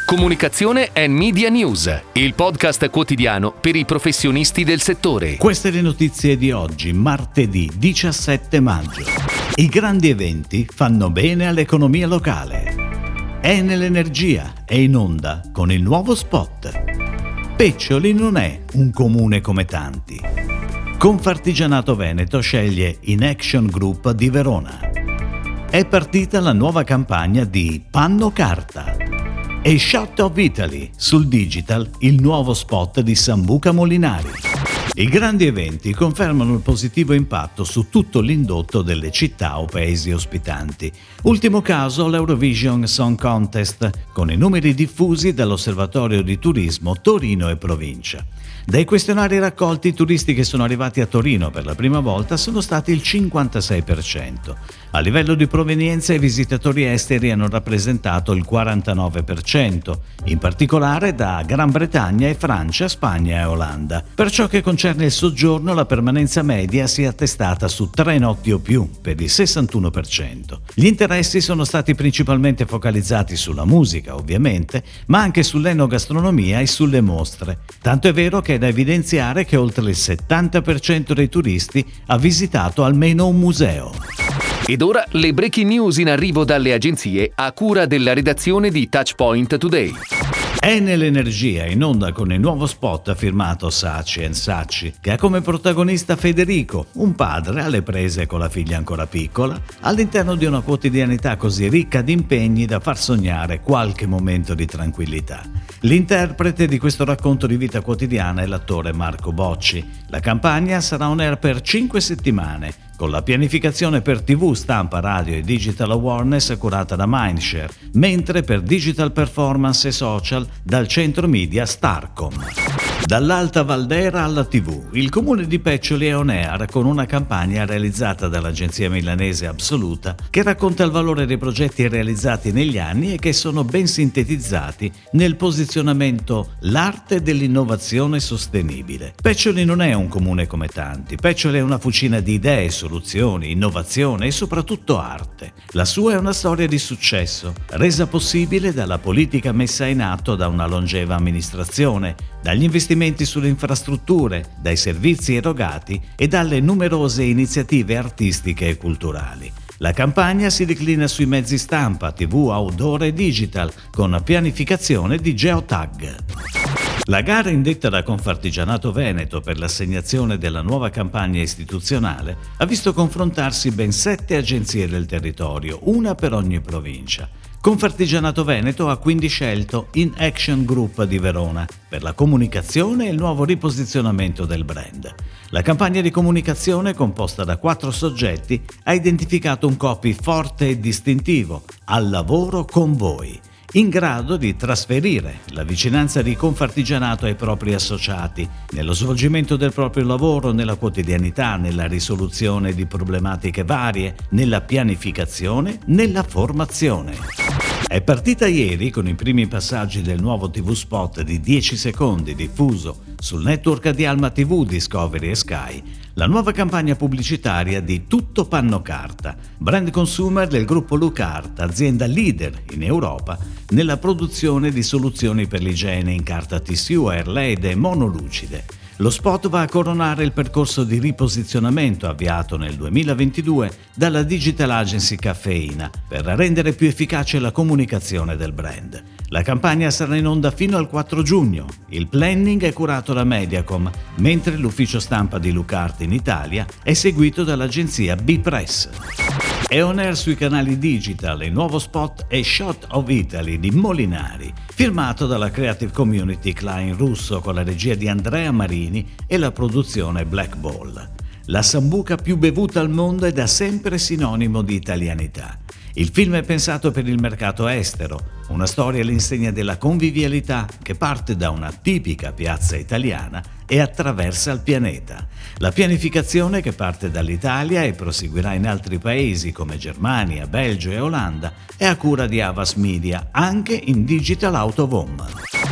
Comunicazione and Media News, il podcast quotidiano per i professionisti del settore. Queste le notizie di oggi, martedì 17 maggio. I grandi eventi fanno bene all'economia locale. Enel Energia è in onda con il nuovo spot. Peccioli non è un comune come tanti. Confartigianato Veneto sceglie In Action Group di Verona. È partita la nuova campagna di Panno Carta. E Shot of Italy, sul digital, il nuovo spot di Sambuca Molinari. I grandi eventi confermano il positivo impatto su tutto l'indotto delle città o paesi ospitanti. Ultimo caso l'Eurovision Song Contest, con i numeri diffusi dall'Osservatorio di Turismo Torino e Provincia. Dai questionari raccolti, i turisti che sono arrivati a Torino per la prima volta sono stati il 56%. A livello di provenienza, i visitatori esteri hanno rappresentato il 49%, in particolare da Gran Bretagna e Francia, Spagna e Olanda. Per ciò che concerne il soggiorno, la permanenza media si è attestata su 3 notti o più, per il 61%. Gli interessi sono stati principalmente focalizzati sulla musica, ovviamente, ma anche sull'enogastronomia e sulle mostre. Tanto è vero che è da evidenziare che oltre il 70% dei turisti ha visitato almeno un museo. Ed ora le breaking news in arrivo dalle agenzie a cura della redazione di Touchpoint Today. Enel Energia in onda con il nuovo spot firmato Saatchi & Saatchi, che ha come protagonista Federico, un padre alle prese con la figlia ancora piccola, all'interno di una quotidianità così ricca di impegni da far sognare qualche momento di tranquillità. L'interprete di questo racconto di vita quotidiana è l'attore Marco Bocci. La campagna sarà on air per 5 settimane, con la pianificazione per TV, stampa, radio e digital awareness curata da Mindshare, mentre per digital performance e social dal centro media Starcom. Dall'Alta Valdera alla TV, il comune di Peccioli è on air con una campagna realizzata dall'agenzia milanese Absoluta che racconta il valore dei progetti realizzati negli anni e che sono ben sintetizzati nel posizionamento L'arte dell'innovazione sostenibile. Peccioli non è un comune come tanti, Peccioli è una fucina di idee, soluzioni, innovazione e soprattutto arte. La sua è una storia di successo, resa possibile dalla politica messa in atto da una longeva amministrazione, dagli investimenti sulle infrastrutture, dai servizi erogati e dalle numerose iniziative artistiche e culturali. La campagna si declina sui mezzi stampa, TV, outdoor e digital, con pianificazione di geotag. La gara indetta da Confartigianato Veneto per l'assegnazione della nuova campagna istituzionale ha visto confrontarsi ben 7 agenzie del territorio, una per ogni provincia. Confartigianato Veneto ha quindi scelto In Action Group di Verona per la comunicazione e il nuovo riposizionamento del brand. La campagna di comunicazione, composta da 4 soggetti, ha identificato un copy forte e distintivo: al lavoro con voi, in grado di trasferire la vicinanza di Confartigianato ai propri associati, nello svolgimento del proprio lavoro, nella quotidianità, nella risoluzione di problematiche varie, nella pianificazione, nella formazione. È partita ieri con i primi passaggi del nuovo TV spot di 10 secondi diffuso sul network di Alma TV, Discovery e Sky, la nuova campagna pubblicitaria di Tutto Panno Carta, brand consumer del gruppo Lucart, azienda leader in Europa nella produzione di soluzioni per l'igiene in carta tissue, airlaid e monolucide. Lo spot va a coronare il percorso di riposizionamento avviato nel 2022 dalla digital agency Caffeina per rendere più efficace la comunicazione del brand. La campagna sarà in onda fino al 4 giugno. Il planning è curato da Mediacom, mentre l'ufficio stampa di Lucart in Italia è seguito dall'agenzia B-Press. È on air sui canali digital il nuovo spot è Shot of Italy di Molinari, firmato dalla Creative Community Klein Russo con la regia di Andrea Marini e la produzione Black Ball. La sambuca più bevuta al mondo è da sempre sinonimo di italianità. Il film è pensato per il mercato estero, una storia all'insegna della convivialità che parte da una tipica piazza italiana e attraversa il pianeta. La pianificazione, che parte dall'Italia e proseguirà in altri paesi come Germania, Belgio e Olanda, è a cura di Havas Media, anche in Digital Out of Home.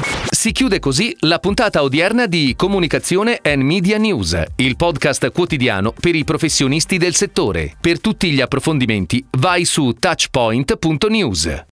Si chiude così la puntata odierna di Comunicazione and Media News, il podcast quotidiano per i professionisti del settore. Per tutti gli approfondimenti vai su touchpoint.news.